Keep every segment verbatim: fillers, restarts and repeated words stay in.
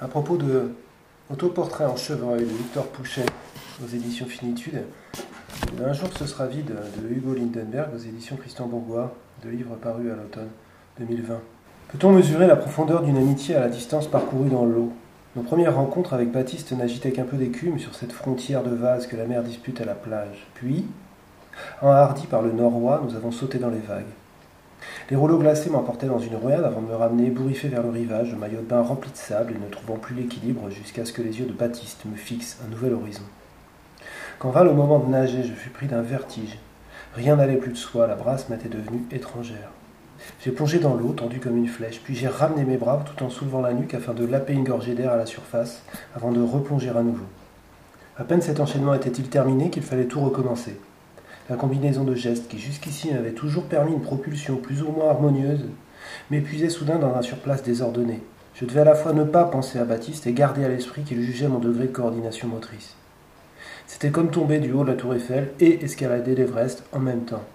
À propos de Autoportrait en chevreuil de Victor Pouchet aux éditions Finitude, Un jour ce sera vide de Hugo Lindenberg aux éditions Christian Bourgois, de livres parus à l'automne deux mille vingt. Peut-on mesurer la profondeur d'une amitié à la distance parcourue dans l'eau? Nos premières rencontres avec Baptiste n'agitaient qu'un peu d'écume sur cette frontière de vase que la mer dispute à la plage. Puis, enhardis par le noroît, nous avons sauté dans les vagues. Les rouleaux glacés m'emportaient dans une ruelle avant de me ramener ébouriffé vers le rivage, le maillot de bain rempli de sable et ne trouvant plus l'équilibre jusqu'à ce que les yeux de Baptiste me fixent un nouvel horizon. Quand vint le moment de nager, je fus pris d'un vertige. Rien n'allait plus de soi, la brasse m'était devenue étrangère. J'ai plongé dans l'eau, tendu comme une flèche, puis j'ai ramené mes bras tout en soulevant la nuque afin de laper une gorgée d'air à la surface, avant de replonger à nouveau. À peine cet enchaînement était-il terminé qu'il fallait tout recommencer. La combinaison de gestes qui jusqu'ici m'avait toujours permis une propulsion plus ou moins harmonieuse m'épuisait soudain dans un surplace désordonné. Je devais à la fois ne pas penser à Baptiste et garder à l'esprit qu'il jugeait mon degré de coordination motrice. C'était comme tomber du haut de la tour Eiffel et escalader l'Everest en même temps.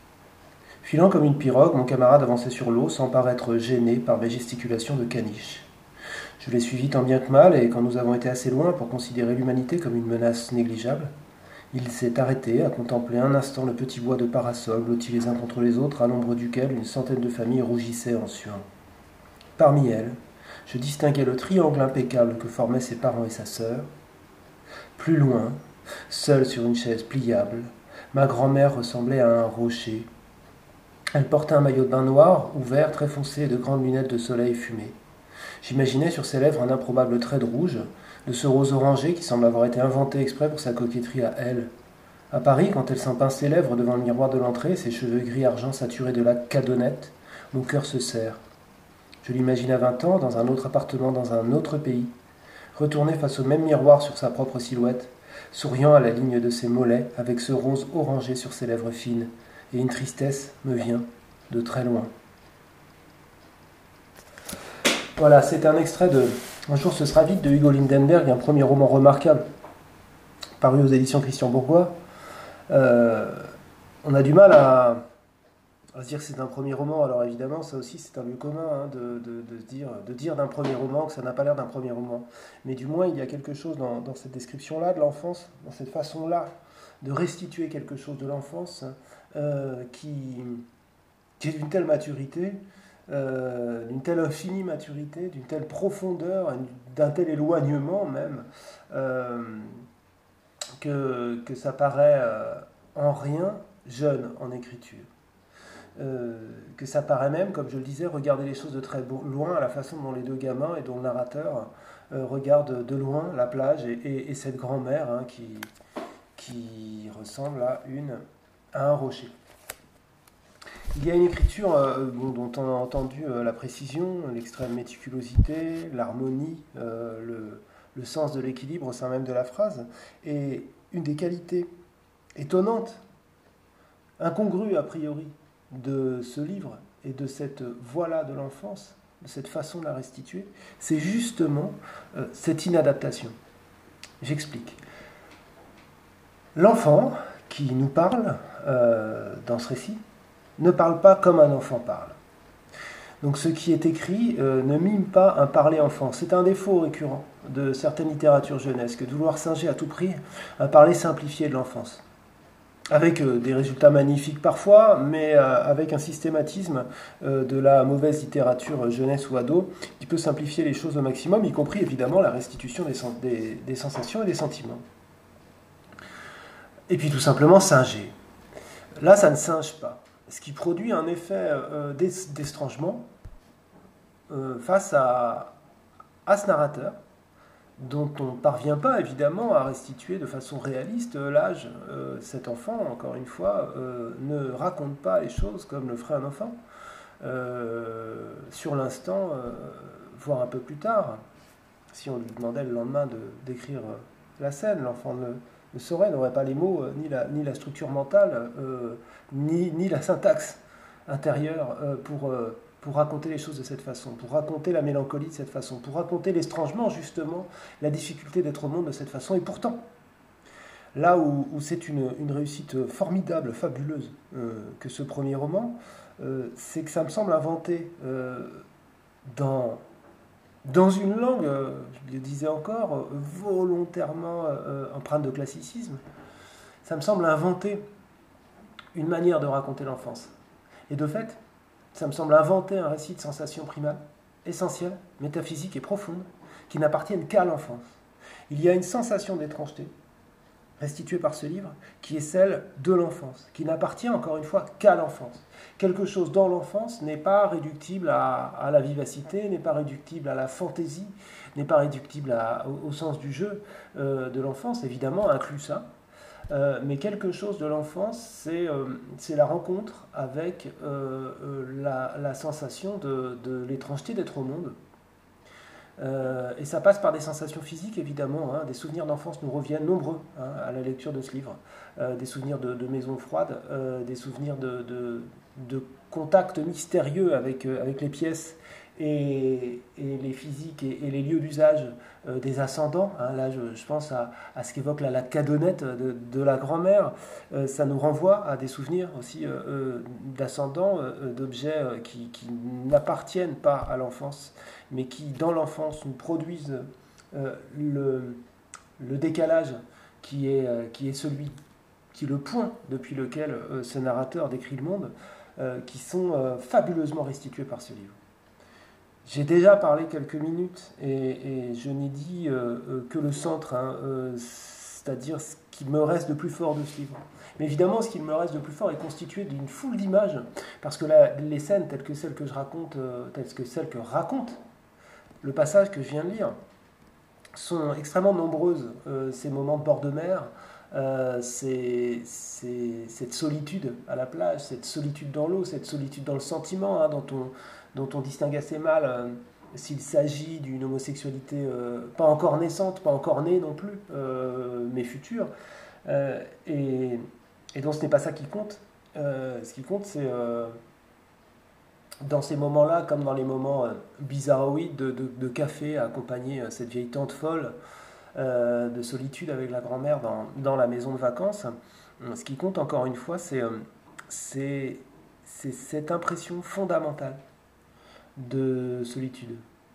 Filant comme une pirogue, mon camarade avançait sur l'eau sans paraître gêné par mes gesticulations de caniche. Je l'ai suivi tant bien que mal et quand nous avons été assez loin pour considérer l'humanité comme une menace négligeable, il s'est arrêté à contempler un instant le petit bois de parasols blottis les uns contre les autres à l'ombre duquel une centaine de familles rougissaient en suant. Parmi elles, je distinguais le triangle impeccable que formaient ses parents et sa sœur. Plus loin, seule sur une chaise pliable, ma grand-mère ressemblait à un rocher. Elle portait un maillot de bain noir, ouvert, très foncé et de grandes lunettes de soleil fumées. J'imaginais sur ses lèvres un improbable trait de rouge, de ce rose orangé qui semble avoir été inventé exprès pour sa coquetterie à elle. À Paris, quand elle s'en pince ses lèvres devant le miroir de l'entrée, ses cheveux gris-argent saturés de laque cadonnette, mon cœur se serre. Je l'imagine à vingt ans, dans un autre appartement, dans un autre pays, retourné face au même miroir sur sa propre silhouette, souriant à la ligne de ses mollets, avec ce rose orangé sur ses lèvres fines, et une tristesse me vient de très loin. Voilà, c'est un extrait de Un jour ce sera vide de Hugo Lindenberg, un premier roman remarquable, paru aux éditions Christian Bourgois. Euh, on a du mal à, à se dire que c'est un premier roman, alors évidemment, ça aussi c'est un lieu commun hein, de, de, de, dire, de dire d'un premier roman que ça n'a pas l'air d'un premier roman. Mais du moins, il y a quelque chose dans, dans cette description-là de l'enfance, dans cette façon-là de restituer quelque chose de l'enfance euh, qui, qui est d'une telle maturité, euh, d'une telle infinie maturité, d'une telle profondeur, d'un tel éloignement même, euh, que, que ça paraît euh, en rien jeune en écriture. Euh, que ça paraît même, comme je le disais, regarder les choses de très loin, à la façon dont les deux gamins et dont le narrateur euh, regardent de loin la plage et, et, et cette grand-mère hein, qui, qui ressemble à, une, à un rocher. Il y a une écriture euh, bon, dont on a entendu euh, la précision, l'extrême méticulosité, l'harmonie, euh, le, le sens de l'équilibre au sein même de la phrase, et une des qualités étonnantes, incongrues a priori, de ce livre et de cette voix-là de l'enfance, de cette façon de la restituer, c'est justement euh, cette inadaptation. J'explique. L'enfant qui nous parle euh, dans ce récit ne parle pas comme un enfant parle. Donc ce qui est écrit euh, ne mime pas un parler enfant. C'est un défaut récurrent de certaines littératures jeunesse que de vouloir singer à tout prix un parler simplifié de l'enfance. Avec euh, des résultats magnifiques parfois, mais euh, avec un systématisme euh, de la mauvaise littérature jeunesse ou ado qui peut simplifier les choses au maximum, y compris évidemment la restitution des, sen- des, des sensations et des sentiments. Et puis tout simplement singer. Là, ça ne singe pas. Ce qui produit un effet euh, d'estrangement euh, face à, à ce narrateur, dont on ne parvient pas évidemment à restituer de façon réaliste l'âge. Euh, cet enfant, encore une fois, euh, ne raconte pas les choses comme le ferait un enfant, euh, sur l'instant, euh, voire un peu plus tard. Si on lui demandait le lendemain de, d'écrire la scène, l'enfant ne, ne saurait, n'aurait pas les mots, euh, ni, la, ni la structure mentale, euh, ni, ni la syntaxe intérieure euh, pour, euh, pour raconter les choses de cette façon, pour raconter la mélancolie de cette façon, pour raconter l'estrangement, justement, la difficulté d'être au monde de cette façon. Et pourtant, là où, où c'est une, une réussite formidable, fabuleuse, euh, que ce premier roman, euh, c'est que ça me semble inventé euh, dans dans une langue, euh, je le disais encore, euh, volontairement euh, empreinte de classicisme, ça me semble inventer une manière de raconter l'enfance. Et de fait, ça me semble inventer un récit de sensations primales, essentielles, métaphysiques et profondes, qui n'appartiennent qu'à l'enfance. Il y a une sensation d'étrangeté, restituée par ce livre, qui est celle de l'enfance, qui n'appartient encore une fois qu'à l'enfance. Quelque chose dans l'enfance n'est pas réductible à, à la vivacité, n'est pas réductible à la fantaisie, n'est pas réductible à, au, au sens du jeu euh, de l'enfance, évidemment, inclut ça. Euh, mais quelque chose de l'enfance, c'est euh, c'est la rencontre avec euh, euh, la, la sensation de, de l'étrangeté d'être au monde. Euh, et ça passe par des sensations physiques, évidemment. Hein. Des souvenirs d'enfance nous reviennent nombreux hein, à la lecture de ce livre. Euh, des souvenirs de, de maisons froides, euh, des souvenirs de, de, de contacts mystérieux avec, euh, avec les pièces et, et les physiques et, et les lieux d'usage euh, des ascendants. Hein. Là, je, je pense à, à ce qu'évoque la, la cadonnette de, de la grand-mère. Euh, ça nous renvoie à des souvenirs aussi euh, euh, d'ascendants, euh, d'objets euh, qui, qui n'appartiennent pas à l'enfance, mais qui, dans l'enfance, nous produisent euh, le, le décalage qui est, euh, qui est celui, qui est le point depuis lequel euh, ce narrateur décrit le monde, euh, qui sont euh, fabuleusement restitués par ce livre. J'ai déjà parlé quelques minutes et, et je n'ai dit euh, euh, que le centre, hein, euh, c'est-à-dire ce qui me reste de plus fort de ce livre. Mais évidemment, ce qui me reste de plus fort est constitué d'une foule d'images, parce que là, les scènes telles que celles que je raconte, euh, telles que celles que raconte le passage que je viens de lire, sont extrêmement nombreuses. Euh, ces moments de bord de mer, euh, c'est, c'est, cette solitude à la plage, cette solitude dans l'eau, cette solitude dans le sentiment, hein, dont, on, dont on distingue assez mal euh, s'il s'agit d'une homosexualité euh, pas encore naissante, pas encore née non plus, euh, mais future. Euh, et, et donc ce n'est pas ça qui compte. Euh, ce qui compte, c'est... Euh, dans ces moments-là, comme dans les moments euh, bizarroïdes de, de, de café, à accompagner euh, cette vieille tante folle euh, de solitude avec la grand-mère dans, dans la maison de vacances, euh, ce qui compte encore une fois, c'est euh, c'est c'est cette impression fondamentale de solitude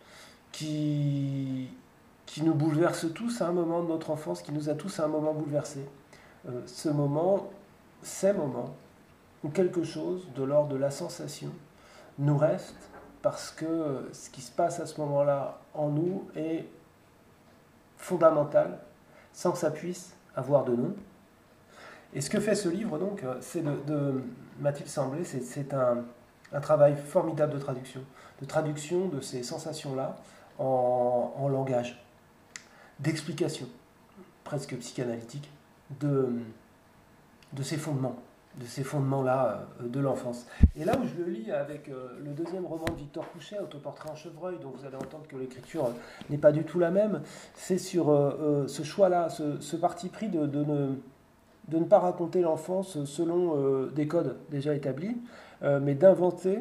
qui, qui nous bouleverse tous à un moment de notre enfance, qui nous a tous à un moment bouleversés. Euh, ce moment, ces moments, où quelque chose de l'ordre de la sensation nous reste parce que ce qui se passe à ce moment-là en nous est fondamental sans que ça puisse avoir de nom. Et ce que fait ce livre, donc, c'est de, de m'a-t-il semblé, c'est, c'est un, un travail formidable de traduction, de traduction de ces sensations-là en, en langage, d'explication presque psychanalytique de, de ces fondements. de ces fondements-là euh, de l'enfance. Et là où je le lis avec euh, le deuxième roman de Victor Pouchet, Autoportrait en chevreuil, dont vous allez entendre que l'écriture euh, n'est pas du tout la même, c'est sur euh, euh, ce choix-là, ce, ce parti pris de, de, ne, de ne pas raconter l'enfance selon euh, des codes déjà établis, euh, mais d'inventer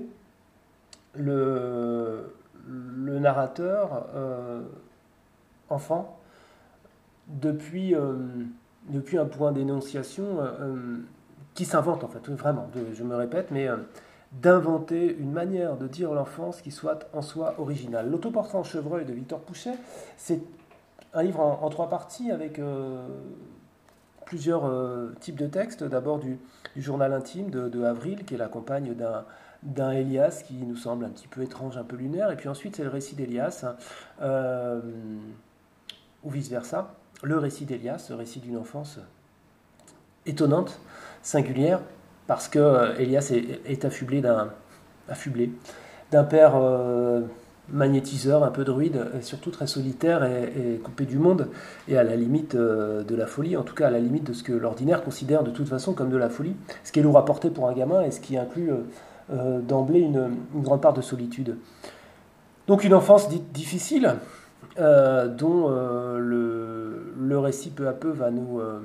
le, le narrateur euh, enfant depuis, euh, depuis un point d'énonciation euh, qui s'invente en fait, vraiment, de, je me répète, mais euh, d'inventer une manière de dire l'enfance qui soit en soi originale. L'Autoportrait en chevreuil de Victor Pouchet, c'est un livre en, en trois parties avec euh, plusieurs euh, types de textes. D'abord du, du journal intime de, de Avril, qui est la compagne d'un, d'un Elias qui nous semble un petit peu étrange, un peu lunaire, et puis ensuite c'est le récit d'Elias, hein, euh, ou vice-versa, le récit d'Elias, le récit d'une enfance étonnante, singulière, parce que euh, Elias est, est affublé d'un, affublé d'un père euh, magnétiseur, un peu druide, et surtout très solitaire et, et coupé du monde, et à la limite euh, de la folie, en tout cas à la limite de ce que l'ordinaire considère de toute façon comme de la folie, ce qui est lourd à porter pour un gamin et ce qui inclut euh, euh, d'emblée une, une grande part de solitude. Donc une enfance dite difficile, euh, dont euh, le, le récit peu à peu va nous... Euh,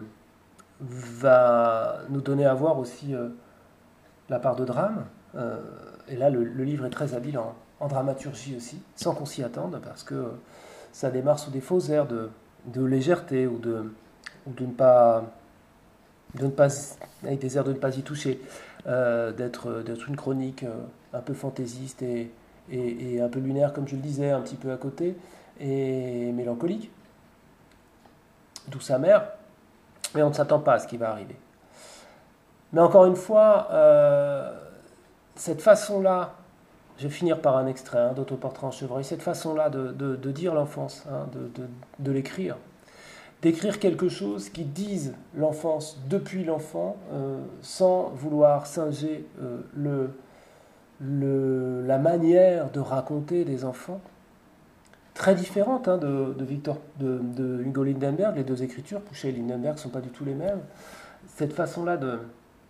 va nous donner à voir aussi euh, la part de drame. Euh, et là, le, le livre est très habile en, en dramaturgie aussi, sans qu'on s'y attende, parce que euh, ça démarre sous des faux airs de, de légèreté ou de, ou de ne pas, de ne pas, avec des airs de ne pas y toucher, euh, d'être, d'être une chronique euh, un peu fantaisiste et, et, et un peu lunaire, comme je le disais, un petit peu à côté, et mélancolique, d'où sa mère, mais on ne s'attend pas à ce qui va arriver. Mais encore une fois, euh, cette façon-là, je vais finir par un extrait hein, d'Autoportrait en chevreuil, cette façon-là de, de, de dire l'enfance, hein, de, de, de l'écrire, d'écrire quelque chose qui dise l'enfance depuis l'enfant, euh, sans vouloir singer euh, le, le, la manière de raconter des enfants, très différente hein, de, de, Victor, de, de Hugo Lindenberg. Les deux écritures, Pouchet et Lindenberg, ne sont pas du tout les mêmes. Cette façon-là de,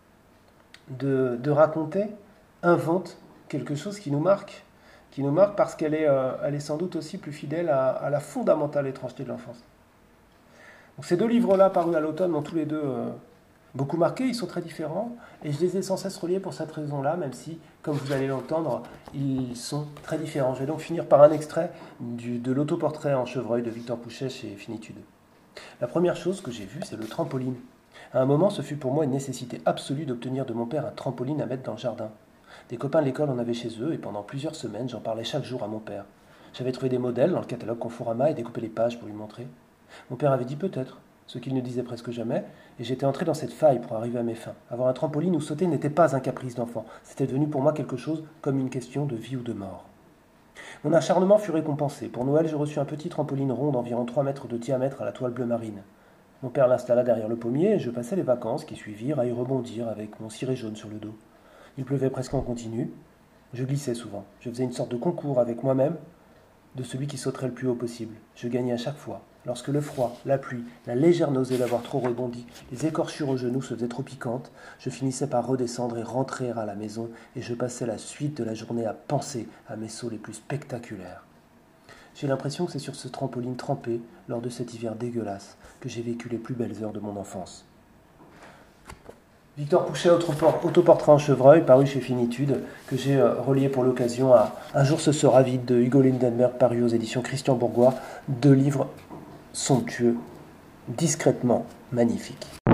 de, de raconter invente quelque chose qui nous marque, qui nous marque parce qu'elle est, euh, elle est sans doute aussi plus fidèle à, à la fondamentale étrangeté de l'enfance. Donc ces deux livres-là, parus à l'automne, m'ont tous les deux euh, beaucoup marqué, ils sont très différents, et je les ai sans cesse reliés pour cette raison-là, même si, comme vous allez l'entendre, ils sont très différents. Je vais donc finir par un extrait du, de l'autoportrait en chevreuil de Victor Pouchet chez Finitude. La première chose que j'ai vue, c'est le trampoline. À un moment, ce fut pour moi une nécessité absolue d'obtenir de mon père un trampoline à mettre dans le jardin. Des copains de l'école en avaient chez eux, et pendant plusieurs semaines, j'en parlais chaque jour à mon père. J'avais trouvé des modèles dans le catalogue Conforama et découpé les pages pour lui montrer. Mon père avait dit peut-être, ce qu'il ne disait presque jamais, et j'étais entré dans cette faille pour arriver à mes fins. Avoir un trampoline où sauter n'était pas un caprice d'enfant, c'était devenu pour moi quelque chose comme une question de vie ou de mort. Mon acharnement fut récompensé. Pour Noël, j'ai reçu un petit trampoline rond d'environ trois mètres de diamètre à la toile bleu marine. Mon père l'installa derrière le pommier et je passais les vacances qui suivirent à y rebondir avec mon ciré jaune sur le dos. Il pleuvait presque en continu. Je glissais souvent. Je faisais une sorte de concours avec moi-même de celui qui sauterait le plus haut possible. Je gagnais à chaque fois. Lorsque le froid, la pluie, la légère nausée d'avoir trop rebondi, les écorchures aux genoux se faisaient trop piquantes, je finissais par redescendre et rentrer à la maison, et je passais la suite de la journée à penser à mes sauts les plus spectaculaires. J'ai l'impression que c'est sur ce trampoline trempé, lors de cet hiver dégueulasse, que j'ai vécu les plus belles heures de mon enfance. Victor Pouchet, Autoportrait en chevreuil, paru chez Finitude, que j'ai euh, relié pour l'occasion à Un jour ce sera vide de Hugo Lindenberg, paru aux éditions Christian Bourgois, deux livres somptueux, discrètement magnifiques.